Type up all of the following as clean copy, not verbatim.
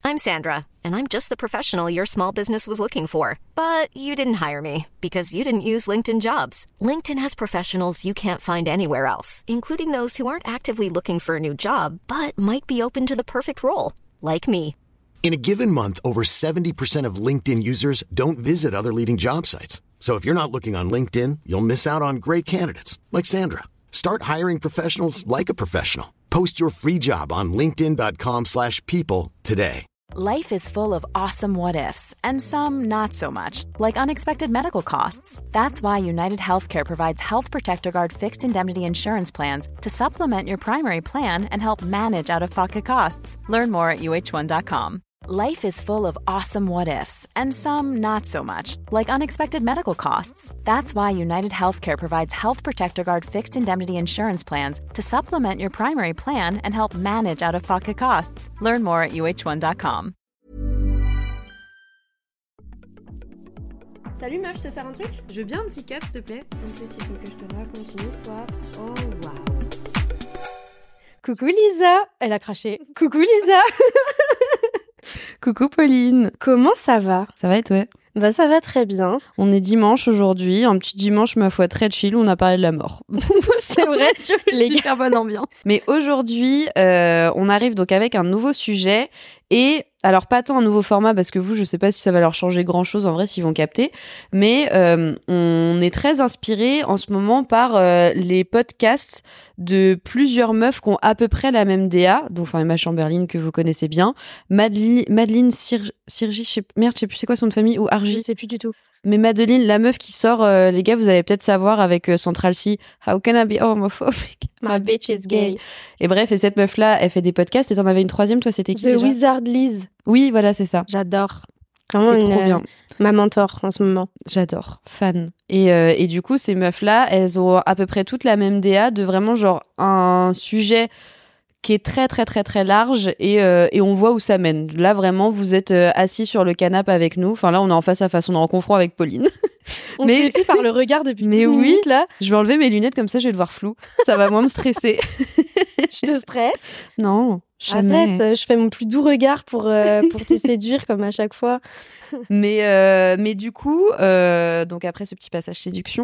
I'm Sandra, and I'm just the professional your small business was looking for. But you didn't hire me because you didn't use LinkedIn Jobs. LinkedIn has professionals you can't find anywhere else, including those who aren't actively looking for a new job, but might be open to the perfect role, like me. In a given month, over 70% of LinkedIn users don't visit other leading job sites. So if you're not looking on LinkedIn, you'll miss out on great candidates like Sandra. Start hiring professionals like a professional. Post your free job on linkedin.com/people today. Life is full of awesome what-ifs, and some not so much, like unexpected medical costs. That's why United Healthcare provides Health Protector Guard fixed indemnity insurance plans to supplement your primary plan and help manage out-of-pocket costs. Learn more at uh1.com. Life is full of awesome what-ifs, and some not so much, like unexpected medical costs. That's why United Healthcare provides Health Protector Guard fixed indemnity insurance plans to supplement your primary plan and help manage out-of-pocket costs. Learn more at uh1.com. Salut meuf, je te sers un truc ? Je veux bien un petit cap, s'il te plaît. En plus, il faut que je te raconte une histoire. Oh, waouh. Coucou Lisa. Elle a craché. Coucou Lisa. Coucou Pauline. Comment ça va ? Ça va et toi ? Bah ça va très bien. On est dimanche aujourd'hui, un petit dimanche ma foi très chill où on a parlé de la mort. C'est vrai, sur les super bonne ambiance. Mais aujourd'hui, on arrive donc avec un nouveau sujet et alors pas tant un nouveau format parce que vous, je sais pas si ça va leur changer grand chose en vrai s'ils vont capter, mais on est très inspiré en ce moment par les podcasts de plusieurs meufs qui ont à peu près la même DA, donc enfin Emma Chamberlain que vous connaissez bien, Madeleine Sirgi, je sais plus c'est quoi son nom de famille, ou Argy. Je sais plus du tout. Mais Madeleine, la meuf qui sort, les gars, vous allez peut-être savoir avec Central C, How can I be homophobic? My bitch is gay. Et bref, et cette meuf-là, elle fait des podcasts. Et t'en avais une troisième, toi, c'était qui The déjà? Wizard Liz. Oui, voilà, c'est ça. J'adore. Vraiment C'est trop bien. Ma mentor en ce moment. J'adore, fan. Et du coup, ces meufs-là, elles ont à peu près toutes la même DA de vraiment genre un sujet qui est très très très très large et on voit où ça mène. Là vraiment vous êtes assis sur le canapé avec nous. Enfin là on est en face à face, on est en confront avec Pauline. On s'est fait par le regard depuis 10 oui, minutes là. Je vais enlever mes lunettes comme ça je vais te voir flou. Ça va moins me stresser. Je te stresse? Non, jamais. Arrête, je fais mon plus doux regard pour te séduire comme à chaque fois. Mais du coup, donc après ce petit passage séduction,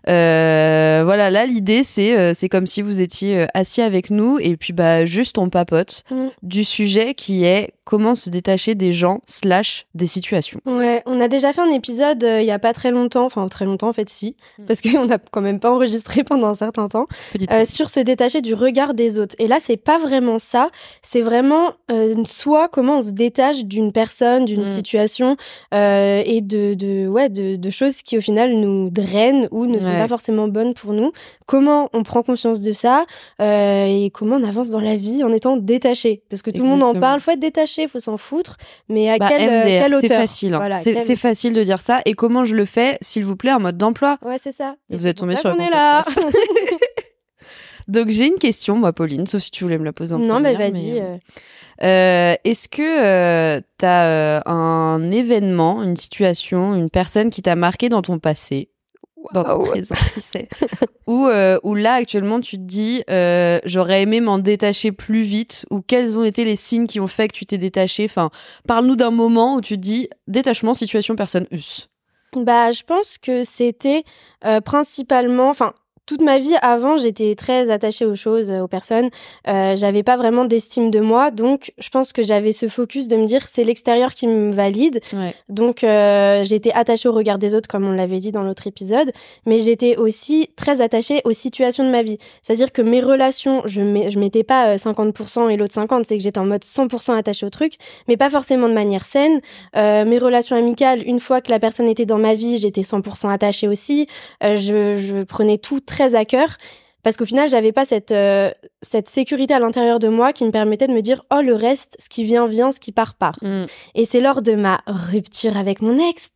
voilà, là l'idée c'est comme si vous étiez assis avec nous et puis bah juste on papote du sujet qui est comment se détacher des gens / des situations. Ouais, on a déjà fait un épisode il y a pas très longtemps, enfin très longtemps en fait si, parce qu'on n'a quand même pas enregistré pendant un certain temps, sur se détacher du regard des autres. Et là c'est pas vraiment ça, c'est vraiment soit comment on se détache d'une personne, d'une situation et de choses qui au final nous drainent ou ne sont pas forcément bonnes pour nous. Comment on prend conscience de ça et comment on avance dans la vie en étant détaché, parce que tout le monde en parle, faut être détaché, faut s'en foutre, mais à quelle hauteur? C'est facile, hein. Voilà, c'est facile de dire ça. Et comment je le fais, s'il vous plaît, en mode d'emploi? Ouais, c'est ça. Vous êtes tombé sur le bon là. Donc j'ai une question, moi, Pauline, sauf si tu voulais me la poser en première. Non, mais vas-y. Est-ce que t'as un événement, une situation, une personne qui t'a marqué dans ton passé, dans ton présent, qui sait, ou là actuellement tu te dis j'aurais aimé m'en détacher plus vite, ou quels ont été les signes qui ont fait que tu t'es détaché? Enfin, parle-nous d'un moment où tu te dis détachement, situation, personne, us. Bah, je pense que c'était principalement, enfin. Toute ma vie avant, j'étais très attachée aux choses, aux personnes. J'avais pas vraiment d'estime de moi, donc je pense que j'avais ce focus de me dire c'est l'extérieur qui me valide. Ouais. Donc j'étais attachée au regard des autres, comme on l'avait dit dans l'autre épisode, mais j'étais aussi très attachée aux situations de ma vie. C'est-à-dire que mes relations, je mettais pas 50% et l'autre 50%, c'est que j'étais en mode 100% attachée au truc, mais pas forcément de manière saine. Mes relations amicales, une fois que la personne était dans ma vie, j'étais 100% attachée aussi. Je prenais tout très à cœur, parce qu'au final j'avais pas cette sécurité à l'intérieur de moi qui me permettait de me dire oh le reste, ce qui vient, ce qui part. Et c'est lors de ma rupture avec mon ex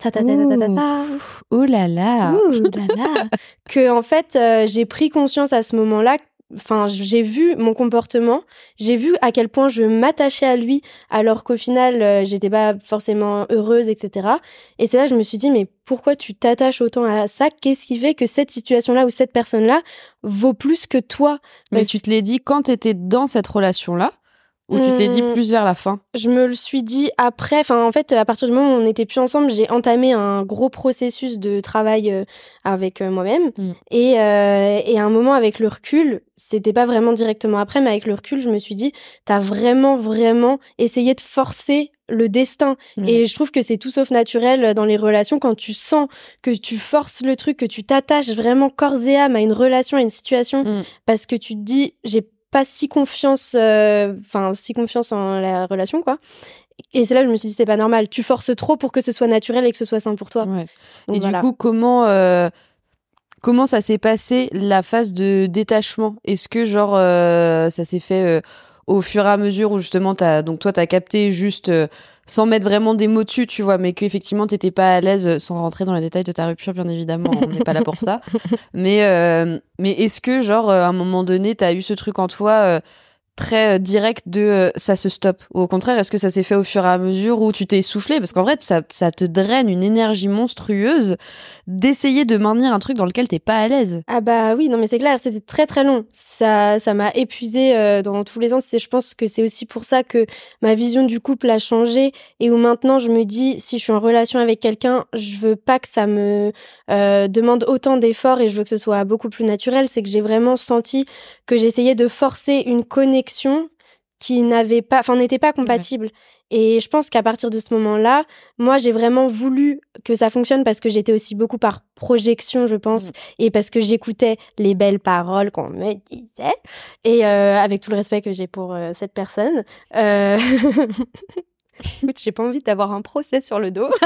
ouh là là que en fait j'ai pris conscience à ce moment-là. Enfin, j'ai vu mon comportement, j'ai vu à quel point je m'attachais à lui, alors qu'au final, j'étais pas forcément heureuse, etc. Et c'est là que je me suis dit, mais pourquoi tu t'attaches autant à ça? Qu'est-ce qui fait que cette situation-là ou cette personne-là vaut plus que toi? Mais tu te l'es dit quand t'étais dans cette relation-là, Ou tu te l'es dit plus vers la fin? Je me le suis dit après. Enfin, en fait, à partir du moment où on n'était plus ensemble, j'ai entamé un gros processus de travail avec moi-même. Et à un moment, avec le recul, c'était pas vraiment directement après, mais avec le recul, je me suis dit, t'as vraiment, vraiment essayé de forcer le destin. Et je trouve que c'est tout sauf naturel dans les relations quand tu sens que tu forces le truc, que tu t'attaches vraiment corps et âme à une relation, à une situation, parce que tu te dis, j'ai pas si confiance en la relation, quoi. Et c'est là que je me suis dit, c'est pas normal. Tu forces trop pour que ce soit naturel et que ce soit sain pour toi. Ouais. Donc, et voilà. Du coup, comment ça s'est passé, la phase de détachement? Est-ce que, genre, ça s'est fait au fur et à mesure où, justement, t'as capté juste, sans mettre vraiment des mots dessus, tu vois, mais qu'effectivement, t'étais pas à l'aise, sans rentrer dans les détails de ta rupture, bien évidemment, on n'est pas là pour ça. Mais est-ce que, genre, à un moment donné, t'as eu ce truc en toi très direct de ça se stoppe? Ou au contraire, est-ce que ça s'est fait au fur et à mesure où tu t'es essoufflé? Parce qu'en vrai, ça te draine une énergie monstrueuse d'essayer de maintenir un truc dans lequel t'es pas à l'aise. Ah bah oui, non mais c'est clair, c'était très très long. Ça m'a épuisée dans tous les sens. Je pense que c'est aussi pour ça que ma vision du couple a changé et où maintenant je me dis, si je suis en relation avec quelqu'un, je veux pas que ça me demande autant d'efforts et je veux que ce soit beaucoup plus naturel. C'est que j'ai vraiment senti que j'essayais de forcer une connexion qui n'était pas compatible. Ouais. Et je pense qu'à partir de ce moment-là, moi, j'ai vraiment voulu que ça fonctionne parce que j'étais aussi beaucoup par projection, je pense, et parce que j'écoutais les belles paroles qu'on me disait. Et avec tout le respect que j'ai pour cette personne. Écoute, j'ai pas envie d'avoir un procès sur le dos.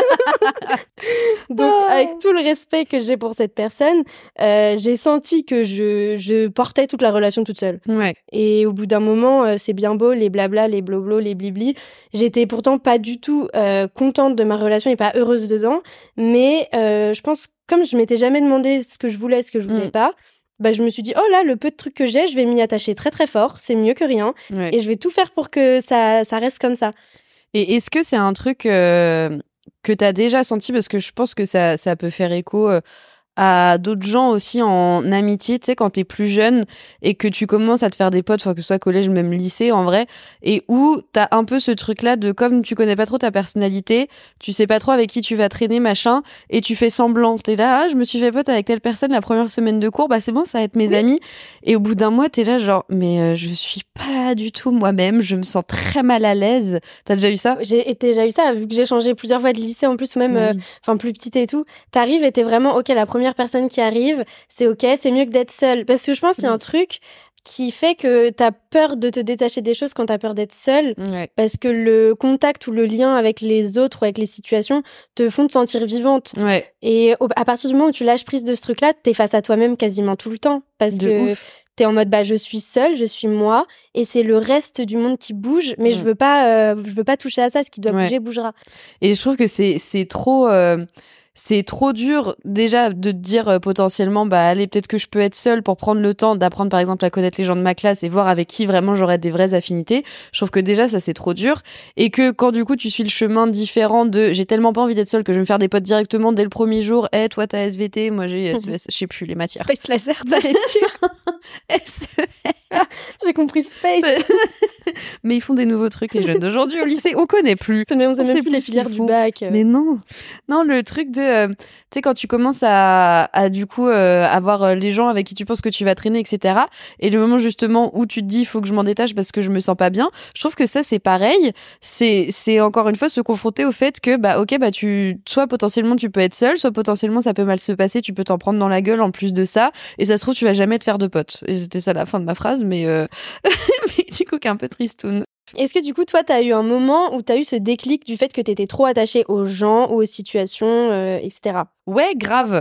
Donc, avec tout le respect que j'ai pour cette personne, j'ai senti que je portais toute la relation toute seule. Ouais. Et au bout d'un moment, c'est bien beau, les blabla, les bloblos, les blibli. J'étais pourtant pas du tout contente de ma relation et pas heureuse dedans. Mais je pense, comme je m'étais jamais demandé ce que je voulais, ce que je voulais pas, bah, je me suis dit, oh là, le peu de trucs que j'ai, je vais m'y attacher très très fort. C'est mieux que rien. Ouais. Et je vais tout faire pour que ça reste comme ça. Et est-ce que c'est un truc que tu as déjà senti? Parce que je pense que ça peut faire écho à d'autres gens aussi en amitié, tu sais, quand t'es plus jeune et que tu commences à te faire des potes, enfin que ce soit collège, même lycée en vrai, et où t'as un peu ce truc-là de comme tu connais pas trop ta personnalité, tu sais pas trop avec qui tu vas traîner, machin, et tu fais semblant. T'es là, je me suis fait pote avec telle personne la première semaine de cours, bah c'est bon, ça va être mes amis. Et au bout d'un mois, t'es là genre, mais je suis pas du tout moi-même, je me sens très mal à l'aise. T'as déjà eu ça? J'ai déjà eu ça, vu que j'ai changé plusieurs fois de lycée en plus, ou même plus petite et tout. T'arrives et t'es vraiment, ok, la première personne qui arrive, c'est ok, c'est mieux que d'être seule. Parce que je pense qu'il y a un truc qui fait que t'as peur de te détacher des choses quand t'as peur d'être seule. Ouais. Parce que le contact ou le lien avec les autres ou avec les situations te font te sentir vivante. Ouais. Et à partir du moment où tu lâches prise de ce truc-là, t'es face à toi-même quasiment tout le temps. Parce que t'es en mode, je suis seule, je suis moi, et c'est le reste du monde qui bouge, mais je veux pas toucher à ça, ce qui doit bouger bougera. Et je trouve que c'est trop... C'est trop dur déjà de te dire potentiellement allez, peut-être que je peux être seule pour prendre le temps d'apprendre par exemple à connaître les gens de ma classe et voir avec qui vraiment j'aurais des vraies affinités. Je trouve que déjà ça c'est trop dur et que quand du coup tu suis le chemin différent de j'ai tellement pas envie d'être seule que je vais me faire des potes directement dès le premier jour. Toi t'as SVT, moi j'ai je sais plus les matières. Space laser, t'allais dire. J'ai compris space. Mais ils font des nouveaux trucs les jeunes d'aujourd'hui au lycée, on connaît plus. On sait même plus les filières du bac. Mais non, le truc de tu sais quand tu commences à du coup avoir les gens avec qui tu penses que tu vas traîner, etc. Et le moment justement où tu te dis il faut que je m'en détache parce que je me sens pas bien, je trouve que ça c'est pareil. C'est encore une fois se confronter au fait que tu soit potentiellement tu peux être seule, soit potentiellement ça peut mal se passer, tu peux t'en prendre dans la gueule en plus de ça, et ça se trouve tu vas jamais te faire de potes. Et c'était ça la fin de ma phrase, mais du coup qu'un peu tristoun. Est-ce que du coup, toi, t'as eu un moment où t'as eu ce déclic du fait que t'étais trop attachée aux gens, aux situations, etc. Ouais, grave.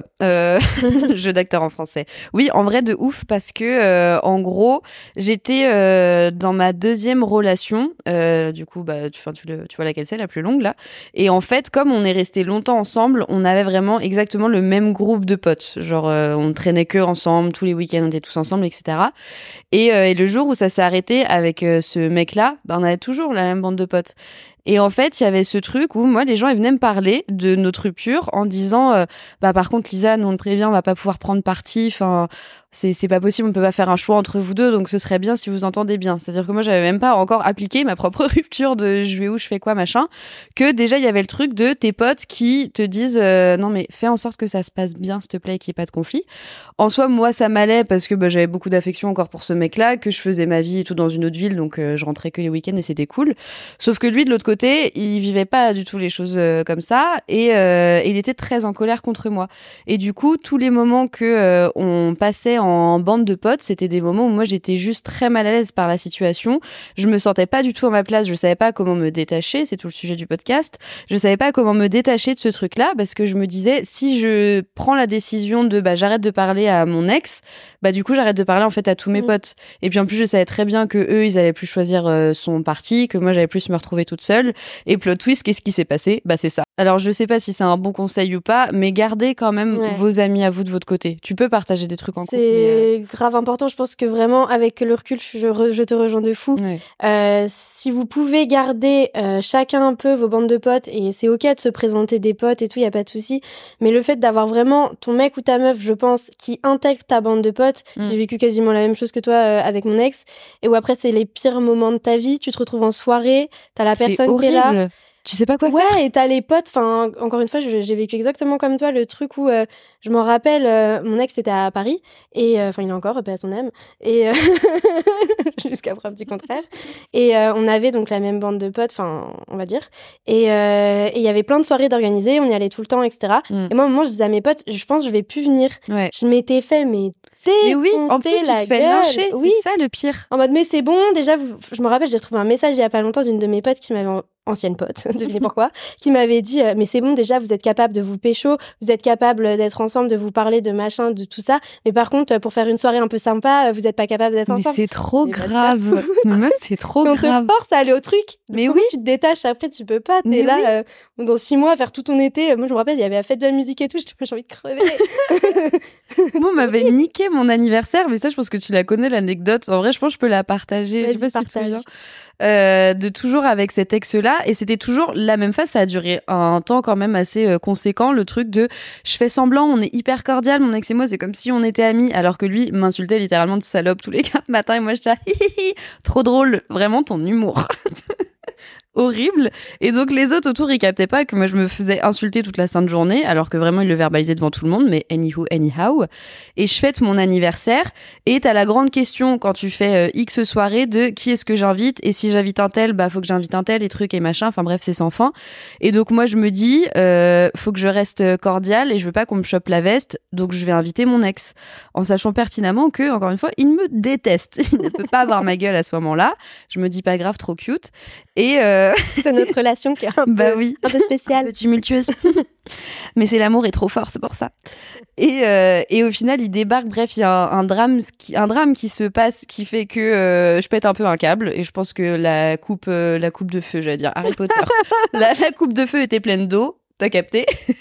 Jeu d'acteur en français. Oui, en vrai, de ouf, parce que, en gros, j'étais dans ma deuxième relation. Du coup, tu vois laquelle c'est, la plus longue, là. Et en fait, comme on est resté longtemps ensemble, on avait vraiment exactement le même groupe de potes. Genre, on traînait que ensemble, tous les week-ends, on était tous ensemble, etc. Et le jour où ça s'est arrêté avec ce mec-là, on avait toujours la même bande de potes. Et en fait, il y avait ce truc où moi, les gens, ils venaient me parler de notre rupture en disant par contre, Lisa, nous on te prévient, on va pas pouvoir prendre parti. Enfin, c'est pas possible, on peut pas faire un choix entre vous deux, donc ce serait bien si vous entendez bien. C'est-à-dire que moi, j'avais même pas encore appliqué ma propre rupture de je vais où, je fais quoi, machin, que déjà, il y avait le truc de tes potes qui te disent non, mais fais en sorte que ça se passe bien, s'il te plaît, et qu'il y ait pas de conflit. En soi, moi, ça m'allait parce que j'avais beaucoup d'affection encore pour ce mec-là, que je faisais ma vie et tout dans une autre ville, donc je rentrais que les week-ends et c'était cool. Sauf que lui, de l'autre côté, il vivait pas du tout les choses comme ça et il était très en colère contre moi. Et du coup, tous les moments que on passait en bande de potes, c'était des moments où moi j'étais juste très mal à l'aise par la situation. Je me sentais pas du tout à ma place, je savais pas comment me détacher, c'est tout le sujet du podcast. Je savais pas comment me détacher de ce truc-là parce que je me disais si je prends la décision de j'arrête de parler à mon ex, du coup j'arrête de parler en fait à tous mes potes. Et puis en plus je savais très bien que eux ils allaient plus choisir son parti, que moi j'allais plus me retrouver toute seule. Et plot twist, qu'est-ce qui s'est passé ? C'est ça. Alors je sais pas si c'est un bon conseil ou pas, mais gardez quand même vos amis à vous de votre côté. Tu peux partager des trucs en couple. C'est grave important. Je pense que vraiment avec le recul, je te rejoins de fou. Si vous pouvez garder chacun un peu vos bandes de potes, et c'est ok de se présenter des potes et tout, y a pas de souci. Mais le fait d'avoir vraiment ton mec ou ta meuf, je pense, qui intègre ta bande de potes, j'ai vécu quasiment la même chose que toi avec mon ex, et où après c'est les pires moments de ta vie. Tu te retrouves en soirée, t'as la personne qui est là. Tu sais pas quoi faire. Ouais, et t'as les potes. Enfin, encore une fois, j'ai vécu exactement comme toi le truc où je m'en rappelle, mon ex était à Paris et il est encore, paix à son âme, et jusqu'à preuve du contraire. Et on avait donc la même bande de potes, enfin, on va dire. Et il y avait plein de soirées d'organiser, on y allait tout le temps, etc. Et moi, à un moment, je disais à mes potes, je pense que je vais plus venir. Je m'étais fait mais oui, en plus tu te fais lyncher, c'est ça le pire. En mode mais c'est bon, déjà je me rappelle, j'ai retrouvé un message il y a pas longtemps d'une de mes potes qui m'avait ancienne pote, devinez pourquoi, qui m'avait dit mais c'est bon, déjà vous êtes capable de vous pécho, vous êtes capable d'être ensemble, de vous parler de machin, de tout ça, mais par contre pour faire une soirée un peu sympa, vous êtes pas capable d'être ensemble. Mais c'est trop grave. Mais c'est trop grave. On te force à aller au truc. Mais oui, tu te détaches après, tu peux pas, t'es là dans 6 mois faire tout ton été. Moi je me rappelle, il y avait la fête de la musique et tout, j'ai envie de crever. Moi, on m'avait niqué mon anniversaire, mais ça, je pense que tu la connais, l'anecdote. En vrai, je pense que je peux la partager. Vas-y, je sais pas si tu te souviens. De toujours avec cet ex-là, et c'était toujours la même phase. Ça a duré un temps quand même assez conséquent, le truc de je fais semblant, on est hyper cordial, mon ex et moi, c'est comme si on était amis, alors que lui m'insultait littéralement de salope tous les 4 matins, et moi j'étais là, trop drôle, vraiment ton humour. Horrible. Et donc les autres autour ils captaient pas que moi je me faisais insulter toute la sainte journée, alors que vraiment il le verbalisait devant tout le monde, mais anyhow. Et je fête mon anniversaire et t'as la grande question quand tu fais X soirée de qui est-ce que j'invite, et si j'invite un tel, faut que j'invite un tel et trucs et machin, enfin bref c'est sans fin. Et donc moi je me dis faut que je reste cordiale et je veux pas qu'on me chope la veste, donc je vais inviter mon ex, en sachant pertinemment que encore une fois il me déteste, il ne peut pas avoir ma gueule à ce moment-là. Je me dis pas grave, trop cute. Et c'est notre relation qui est un peu spéciale, un peu tumultueuse. Mais c'est l'amour est trop fort, c'est pour ça. Et au final, il débarque. Bref, il y a un drame qui se passe, qui fait que je pète un peu un câble. Et je pense que la coupe de feu, j'allais dire Harry Potter, la coupe de feu était pleine d'eau. T'as capté.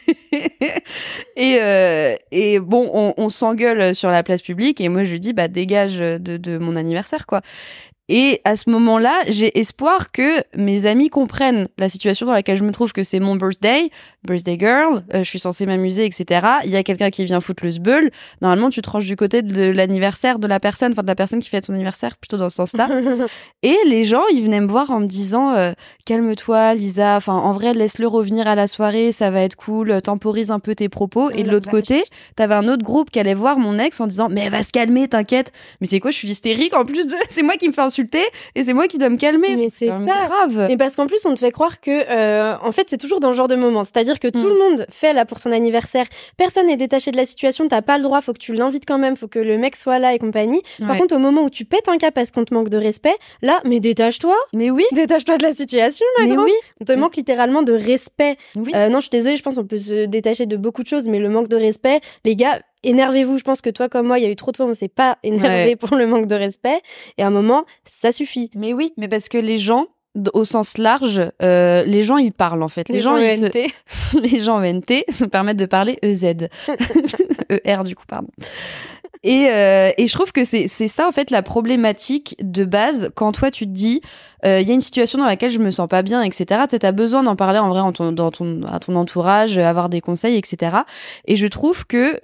Et bon, on s'engueule sur la place publique. Et moi, je lui dis, dégage de mon anniversaire, quoi. Et à ce moment-là, j'ai espoir que mes amis comprennent la situation dans laquelle je me trouve, que c'est mon birthday girl, je suis censée m'amuser, etc. Il y a quelqu'un qui vient foutre le sbeul. Normalement, tu te ranges du côté de l'anniversaire de la personne, enfin de la personne qui fête son anniversaire, plutôt dans ce sens-là. Et les gens, ils venaient me voir en me disant calme-toi, Lisa, enfin en vrai, laisse-le revenir à la soirée, ça va être cool, temporise un peu tes propos. Et de l'autre côté, t'avais un autre groupe qui allait voir mon ex en disant mais elle va se calmer, t'inquiète. Mais c'est quoi, je suis hystérique en plus c'est moi qui me fais insulter et c'est moi qui dois me calmer. Mais c'est ça grave. Mais parce qu'en plus on te fait croire que en fait c'est toujours dans ce genre de moment, c'est-à-dire que tout le monde fait là pour son anniversaire, personne n'est détaché de la situation, t'as pas le droit, faut que tu l'invites quand même, faut que le mec soit là et compagnie. Par contre au moment où tu pètes un cap parce qu'on te manque de respect, là mais détache-toi. Mais oui, détache-toi de la situation, ma grande. Oui. On te manque littéralement de respect. Oui. Non, je suis désolée, je pense qu'on peut se détacher de beaucoup de choses, mais le manque de respect, les gars, énervez-vous. Je pense que toi comme moi, il y a eu trop de fois où on s'est pas énervé pour le manque de respect, et à un moment ça suffit. Mais oui, mais parce que les gens, au sens large, les gens ils parlent en fait. Les gens ENT. Les gens ENT se permettent de parler EZ. ER du coup, pardon. Et je trouve que c'est ça en fait la problématique de base quand toi tu te dis il y a une situation dans laquelle je me sens pas bien, etc. Tu as besoin d'en parler en vrai à ton entourage, avoir des conseils, etc. Et je trouve que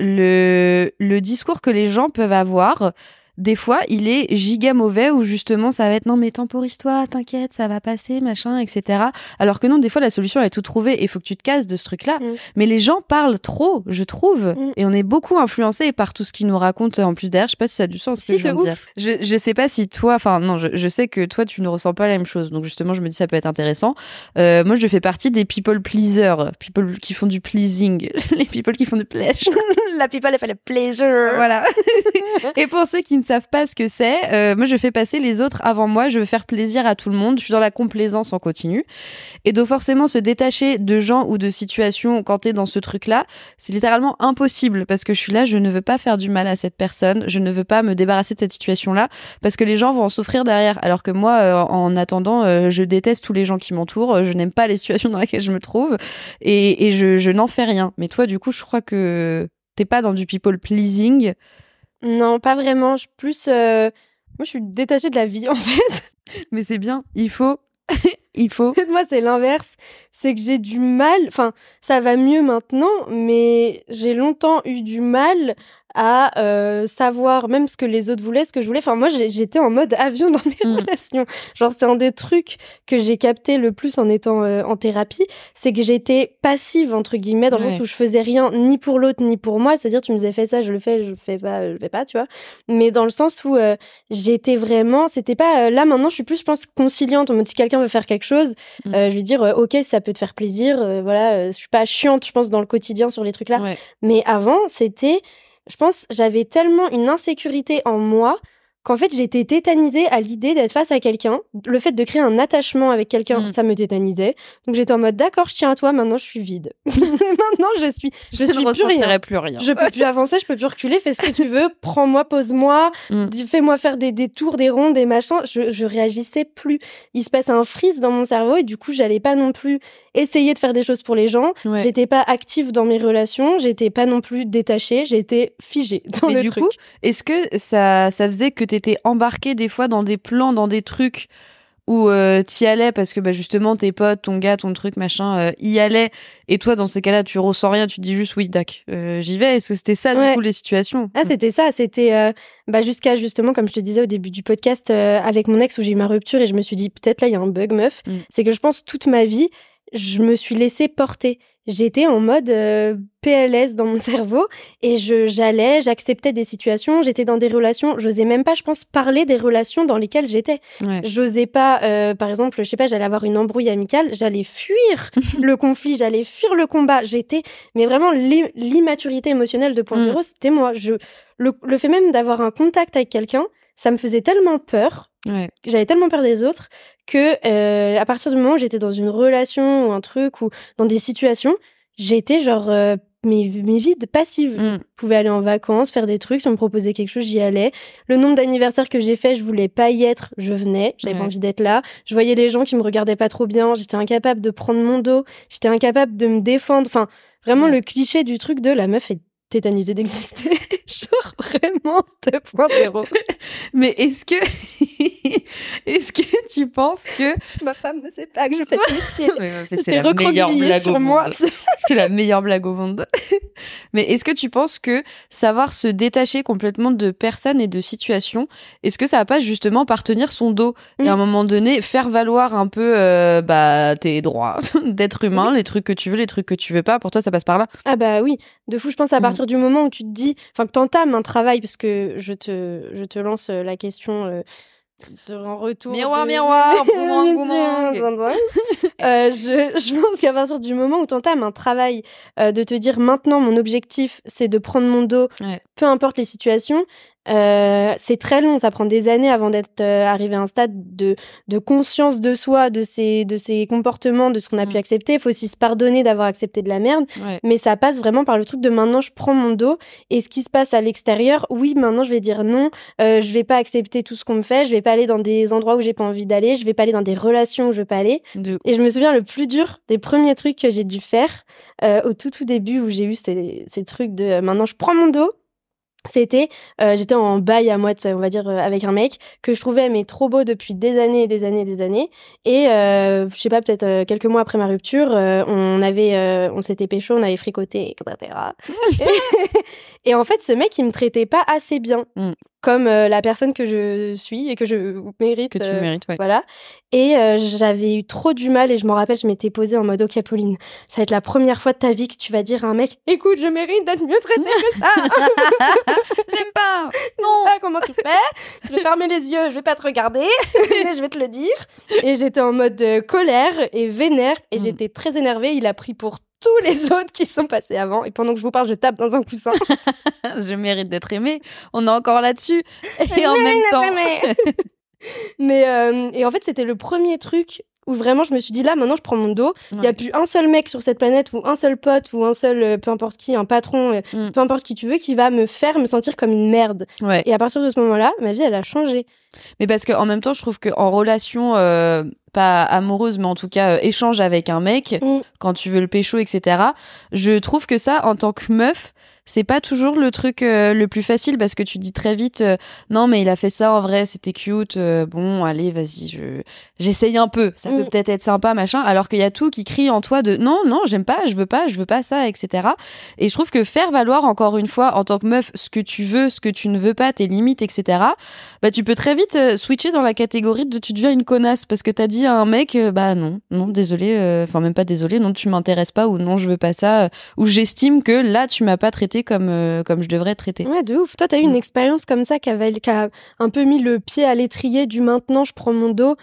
le discours que les gens peuvent avoir, des fois, il est giga mauvais où justement ça va être non mais temporise-toi, t'inquiète, ça va passer, machin, etc. Alors que non, des fois la solution elle est toute trouvée et il faut que tu te casses de ce truc-là. Mais les gens parlent trop, je trouve, et on est beaucoup influencés par tout ce qu'ils nous racontent en plus derrière. Je sais pas si ça a du sens ce que je viens de dire. Je sais pas si toi, enfin non, je sais que toi tu ne ressens pas la même chose. Donc justement, je me dis ça peut être intéressant. Moi, je fais partie des people pleasers, people qui font du pleasing, les people qui font du pleasure. La people elle fait le pleasure. Voilà. Et pour ceux qui ne savent pas ce que c'est, moi je fais passer les autres avant moi, je veux faire plaisir à tout le monde, je suis dans la complaisance en continu. Et donc forcément se détacher de gens ou de situations quand t'es dans ce truc-là, c'est littéralement impossible parce que je suis là, je ne veux pas faire du mal à cette personne, je ne veux pas me débarrasser de cette situation-là parce que les gens vont en souffrir derrière. Alors que moi, en attendant, je déteste tous les gens qui m'entourent, je n'aime pas les situations dans lesquelles je me trouve et je n'en fais rien. Mais toi, du coup, je crois que t'es pas dans du people pleasing. Non, pas vraiment. Moi, je suis détachée de la vie, en fait. Mais c'est bien. Il faut. Moi, c'est l'inverse. C'est que j'ai du mal. Enfin, ça va mieux maintenant, mais j'ai longtemps eu du mal à savoir même ce que les autres voulaient, ce que je voulais. Enfin, moi, j'étais en mode avion dans mes relations. Genre, c'est un des trucs que j'ai capté le plus en étant en thérapie, c'est que j'étais passive, entre guillemets, dans le sens où je faisais rien ni pour l'autre, ni pour moi. C'est-à-dire, tu me disais, fais ça, je le fais pas, tu vois. Mais dans le sens où j'étais vraiment... C'était pas... là, maintenant, je suis plus, je pense, conciliante. En mode, si quelqu'un veut faire quelque chose, je vais dire, ok, si ça peut te faire plaisir, voilà. Je suis pas chiante, je pense, dans le quotidien sur les trucs-là. Ouais. Mais avant, c'était... Je pense j'avais tellement une insécurité en moi qu'en fait, j'étais tétanisée à l'idée d'être face à quelqu'un. Le fait de créer un attachement avec quelqu'un, ça me tétanisait. Donc, j'étais en mode, d'accord, je tiens à toi, maintenant, je suis vide. Maintenant, je suis plus rien. Je peux plus avancer, je peux plus reculer, fais ce que tu veux, prends-moi, pose-moi, fais-moi faire des tours, des ronds, des machins. Je réagissais plus. Il se passe un freeze dans mon cerveau et du coup, j'allais pas non plus essayer de faire des choses pour les gens. Ouais. J'étais pas active dans mes relations, j'étais pas non plus détachée, j'étais figée dans le truc. Mais du coup, est-ce que ça faisait que t'étais embarquée des fois dans des plans, dans des trucs où t'y allais parce que justement tes potes, ton gars, ton truc, machin, y allaient et toi dans ces cas-là tu ressens rien, tu te dis juste oui, dac, j'y vais. Est-ce que c'était ça du coup les situations? Ah, c'était ça, c'était jusqu'à justement comme je te disais au début du podcast avec mon ex où j'ai eu ma rupture et je me suis dit peut-être là il y a un bug meuf, c'est que je pense toute ma vie je me suis laissée porter. J'étais en mode PLS dans mon cerveau et j'acceptais des situations, j'étais dans des relations, j'osais même pas, je pense, parler des relations dans lesquelles j'étais. Ouais. J'osais pas, par exemple, je sais pas, j'allais avoir une embrouille amicale, j'allais fuir le conflit, j'allais fuir le combat. Mais vraiment, l'immaturité émotionnelle 2.0, c'était moi. Le fait même d'avoir un contact avec quelqu'un, ça me faisait tellement peur, j'avais tellement peur des autres que à partir du moment où j'étais dans une relation ou un truc ou dans des situations, j'étais genre mais vide, passive. Je pouvais aller en vacances, faire des trucs, si on me proposait quelque chose, j'y allais. Le nombre d'anniversaires que j'ai fait, je voulais pas y être, je venais, j'avais pas envie d'être là. Je voyais les gens qui me regardaient pas trop bien, j'étais incapable de prendre mon dos, j'étais incapable de me défendre. Enfin, vraiment le cliché du truc de la meuf est tétanisée d'exister. Genre vraiment 2.0. Mais est-ce que tu penses que ma femme ne sait pas que je fais ce métier? C'est la meilleure blague au monde. C'est la meilleure blague au monde. Mais est-ce que tu penses que savoir se détacher complètement de personnes et de situations, est-ce que ça va pas justement par tenir son dos et à un moment donné faire valoir un peu tes droits d'être humain, les trucs que tu veux, les trucs que tu veux pas, pour toi ça passe par là? Ah bah oui, de fou, je pense à partir du moment où tu te dis, enfin que t'entames un travail, parce que je te lance la question en retour. Miroir, boomerang, boomerang. Je pense qu'à partir du moment où t'entames un travail de te dire maintenant mon objectif c'est de prendre mon dos, peu importe les situations, c'est très long, ça prend des années avant d'être arrivé à un stade de conscience de soi, de ses comportements, de ce qu'on a pu accepter. Il faut aussi se pardonner d'avoir accepté de la merde, mais ça passe vraiment par le truc de maintenant je prends mon dos et ce qui se passe à l'extérieur, oui maintenant je vais dire non, je vais pas accepter tout ce qu'on me fait, je vais pas aller dans des endroits où j'ai pas envie d'aller, je vais pas aller dans des relations où je veux pas aller. Et je me souviens le plus dur des premiers trucs que j'ai dû faire au tout début où j'ai eu ces trucs de maintenant je prends mon dos. c'était j'étais en bail à moite, on va dire, avec un mec que je trouvais mais trop beau depuis des années et des années et des années. Et je sais pas, peut-être quelques mois après ma rupture, on s'était pécho, on avait fricoté, etc. Et en fait, ce mec, il me traitait pas assez bien. Comme la personne que je suis et que je mérite. Que tu mérites, ouais. Voilà. Et j'avais eu trop du mal et je me rappelle, je m'étais posée en mode « Ok, Pauline, ça va être la première fois de ta vie que tu vas dire à un mec « Écoute, je mérite d'être mieux traitée que ça !» J'aime pas. Non. Ah, comment tu fais? Je vais fermer les yeux, je vais pas te regarder, mais je vais te le dire. Et j'étais en mode colère et vénère et j'étais très énervée. Il a pris pour tous les autres qui sont passés avant. Et pendant que je vous parle, je tape dans un coussin. Je mérite d'être aimée. On est encore là-dessus. Et en même temps. Mais et en fait, c'était le premier truc où vraiment je me suis dit là, maintenant je prends mon dos. Il n'y a plus un seul mec sur cette planète ou un seul pote ou un seul, peu importe qui, un patron, peu importe qui tu veux, qui va me faire me sentir comme une merde. Ouais. Et à partir de ce moment-là, ma vie, elle a changé. Mais parce qu'en même temps, je trouve qu'en relation, pas amoureuse, mais en tout cas, échange avec un mec, quand tu veux le pécho, etc., je trouve que ça, en tant que meuf, c'est pas toujours le truc le plus facile parce que tu dis très vite non mais il a fait ça en vrai, c'était cute, bon allez vas-y, j'essaye un peu, ça peut peut-être être sympa machin, alors qu'il y a tout qui crie en toi de non j'aime pas, je veux pas ça, etc. Et je trouve que faire valoir encore une fois en tant que meuf ce que tu veux, ce que tu ne veux pas, tes limites, etc., bah tu peux très vite switcher dans la catégorie de tu deviens une connasse parce que t'as dit à un mec bah non désolé, enfin même pas désolé, non tu m'intéresses pas ou non je veux pas ça, ou j'estime que là tu m'as pas traité comme je devrais traiter. Ouais, de ouf. Toi, t'as eu une expérience comme ça qui a un peu mis le pied à l'étrier du maintenant, je prends mon dos.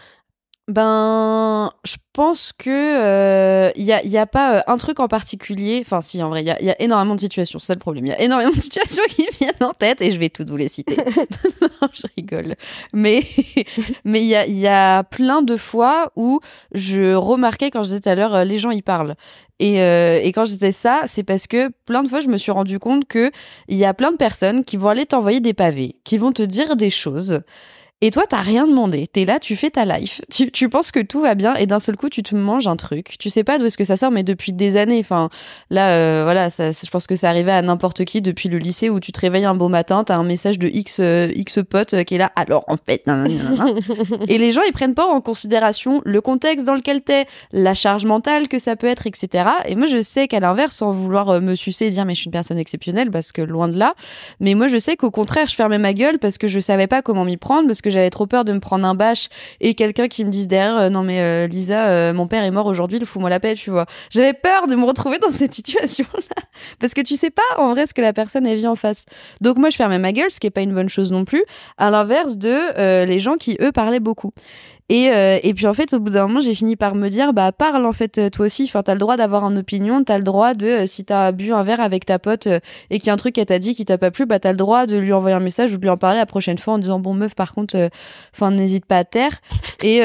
Ben, je pense que y a pas un truc en particulier. Enfin, si, en vrai, il y a énormément de situations. C'est ça le problème. Il y a énormément de situations qui me viennent en tête et je vais toutes vous les citer. Non, je rigole. Mais il y a plein de fois où je remarquais, quand je disais tout à l'heure, les gens y parlent. Et quand je disais ça, c'est parce que plein de fois, je me suis rendu compte que il y a plein de personnes qui vont aller t'envoyer des pavés, qui vont te dire des choses. Et toi, t'as rien demandé. T'es là, tu fais ta life. Tu penses que tout va bien et d'un seul coup, tu te manges un truc. Tu sais pas d'où est-ce que ça sort, mais depuis des années. Enfin, là, voilà, je pense que ça arrivait à n'importe qui depuis le lycée où tu te réveilles un beau matin, t'as un message de X pote qui est là. Alors, en fait, et les gens, ils prennent pas en considération le contexte dans lequel t'es, la charge mentale que ça peut être, etc. Et moi, je sais qu'à l'inverse, sans vouloir me sucer et dire, mais je suis une personne exceptionnelle parce que loin de là. Mais moi, je sais qu'au contraire, je fermais ma gueule parce que je savais pas comment m'y prendre, parce que j'avais trop peur de me prendre un bâche et quelqu'un qui me dise derrière non mais Lisa, mon père est mort aujourd'hui, fous-moi la paix, tu vois. J'avais peur de me retrouver dans cette situation-là parce que tu sais pas en vrai ce que la personne elle vit en face. Donc moi je fermais ma gueule, ce qui est pas une bonne chose non plus, à l'inverse de les gens qui eux parlaient beaucoup. Et puis en fait au bout d'un moment j'ai fini par me dire bah parle en fait toi aussi, enfin t'as le droit d'avoir une opinion, t'as le droit de si t'as bu un verre avec ta pote et qu'il y a un truc qu'elle t'a dit qui t'a pas plu, bah t'as le droit de lui envoyer un message ou de lui en parler la prochaine fois en disant bon meuf par contre enfin n'hésite pas à taire. Et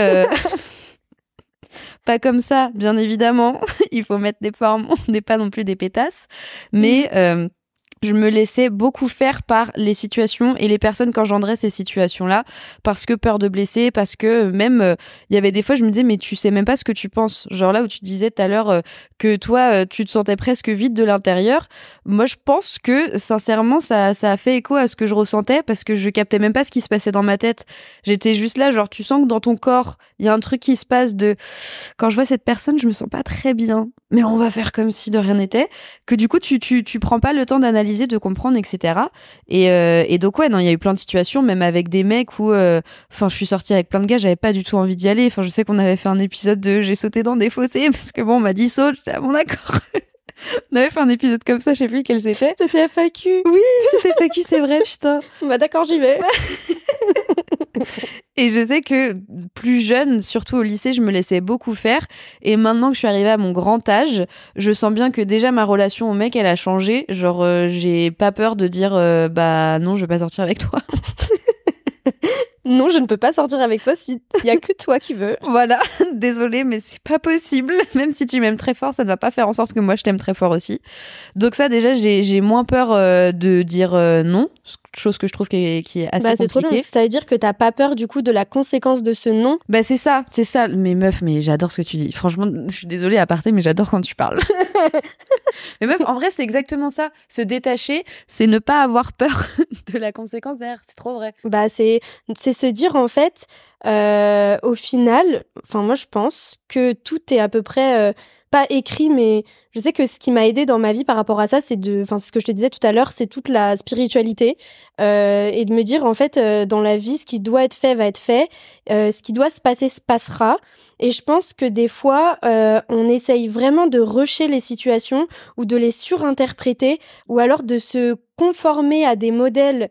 pas comme ça bien évidemment, il faut mettre des formes, on n'est pas non plus des pétasses, mais je me laissais beaucoup faire par les situations et les personnes qu'engendraient ces situations-là, parce que peur de blesser, parce que même il y avait des fois je me disais mais tu sais même pas ce que tu penses, genre là où tu disais tout à l'heure que toi tu te sentais presque vide de l'intérieur. Moi je pense que sincèrement ça a fait écho à ce que je ressentais parce que je captais même pas ce qui se passait dans ma tête. J'étais juste là genre tu sens que dans ton corps il y a un truc qui se passe de quand je vois cette personne je me sens pas très bien, mais on va faire comme si de rien n'était, que du coup tu prends pas le temps d'analyser, de comprendre, etc. Et donc ouais non il y a eu plein de situations même avec des mecs où enfin je suis sortie avec plein de gars, j'avais pas du tout envie d'y aller. Enfin je sais qu'on avait fait un épisode de j'ai sauté dans des fossés parce que bon on m'a dit saute, j'étais à bon d'accord. On avait fait un épisode comme ça, je sais plus lequel c'était. C'était FAQ. Oui, c'était FAQ, c'est vrai, putain. Bah d'accord, j'y vais. Et je sais que plus jeune, surtout au lycée, je me laissais beaucoup faire. Et maintenant que je suis arrivée à mon grand âge, je sens bien que déjà ma relation au mec, elle a changé. Genre, j'ai pas peur de dire bah non, je veux pas sortir avec toi. Non, je ne peux pas sortir avec toi si il y a que toi qui veux. Voilà, désolée, mais c'est pas possible. Même si tu m'aimes très fort, ça ne va pas faire en sorte que moi je t'aime très fort aussi. Donc ça, déjà, j'ai moins peur de dire non, chose que je trouve qui est assez compliquée. C'est trop bien. Ça veut dire que t'as pas peur du coup de la conséquence de ce non. Bah c'est ça. Mais meuf, mais j'adore ce que tu dis. Franchement, je suis désolée à aparté, mais j'adore quand tu parles. Mais meuf, en vrai, c'est exactement ça. Se détacher, c'est ne pas avoir peur de la conséquence derrière. C'est trop vrai. Bah, c'est se dire, en fait, au final, enfin, moi, je pense que tout est à peu près, pas écrit, mais je sais que ce qui m'a aidé dans ma vie par rapport à ça, c'est ce que je te disais tout à l'heure, c'est toute la spiritualité, et de me dire, en fait, dans la vie, ce qui doit être fait va être fait, ce qui doit se passer se passera. Et je pense que des fois, on essaye vraiment de rusher les situations ou de les surinterpréter, ou alors de se conformer à des modèles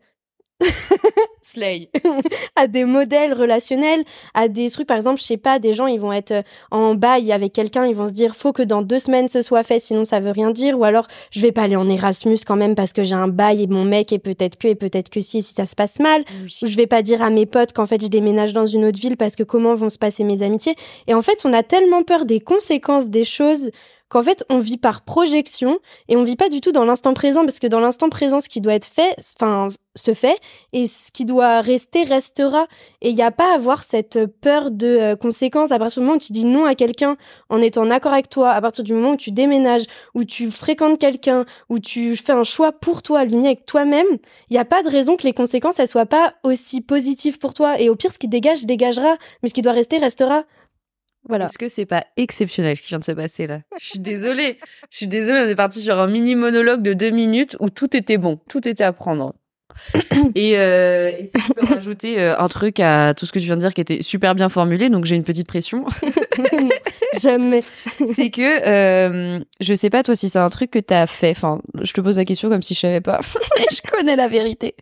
Slay. à des modèles relationnels, à des trucs, par exemple, je sais pas, des gens, ils vont être en bail avec quelqu'un, ils vont se dire, faut que dans 2 semaines ce soit fait, sinon ça veut rien dire, ou alors, je vais pas aller en Erasmus quand même parce que j'ai un bail et mon mec, et peut-être que si ça se passe mal, ou je vais pas dire à mes potes qu'en fait, je déménage dans une autre ville parce que comment vont se passer mes amitiés. Et en fait, on a tellement peur des conséquences des choses qu'en fait, on vit par projection et on vit pas du tout dans l'instant présent, parce que dans l'instant présent, ce qui doit être fait, se fait, et ce qui doit rester, restera. Et il n'y a pas à avoir cette peur de conséquences. À partir du moment où tu dis non à quelqu'un en étant d'accord avec toi, à partir du moment où tu déménages, où tu fréquentes quelqu'un, où tu fais un choix pour toi, aligné avec toi-même, il n'y a pas de raison que les conséquences, elles soient pas aussi positives pour toi. Et au pire, ce qui dégagera, mais ce qui doit rester, restera. Voilà. Est-ce que c'est pas exceptionnel ce qui vient de se passer là? Je suis désolée, on est parti sur un mini monologue de 2 minutes où tout était bon, tout était à prendre. Et si je peux rajouter un truc à tout ce que tu viens de dire qui était super bien formulé, donc j'ai une petite pression. Jamais. C'est que je sais pas toi si c'est un truc que t'as fait, enfin je te pose la question comme si je savais pas. Et je connais la vérité.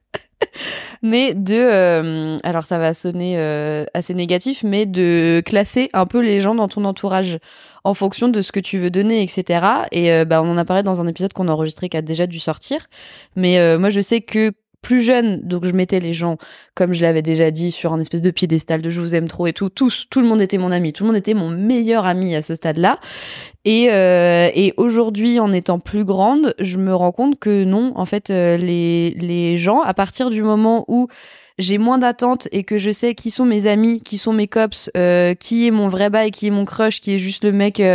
Mais alors ça va sonner assez négatif, mais de classer un peu les gens dans ton entourage en fonction de ce que tu veux donner, etc. Et on en a parlé dans un épisode qu'on a enregistré qui a déjà dû sortir. Mais moi je sais que plus jeune, donc je mettais les gens, comme je l'avais déjà dit, sur un espèce de piédestal de je vous aime trop et tout. Tout le monde était mon ami, tout le monde était mon meilleur ami à ce stade-là. Et aujourd'hui, en étant plus grande, je me rends compte que non, en fait, les gens, à partir du moment où j'ai moins d'attentes et que je sais qui sont mes amis, qui sont mes cops, qui est mon vrai bail, qui est mon crush, qui est juste le mec...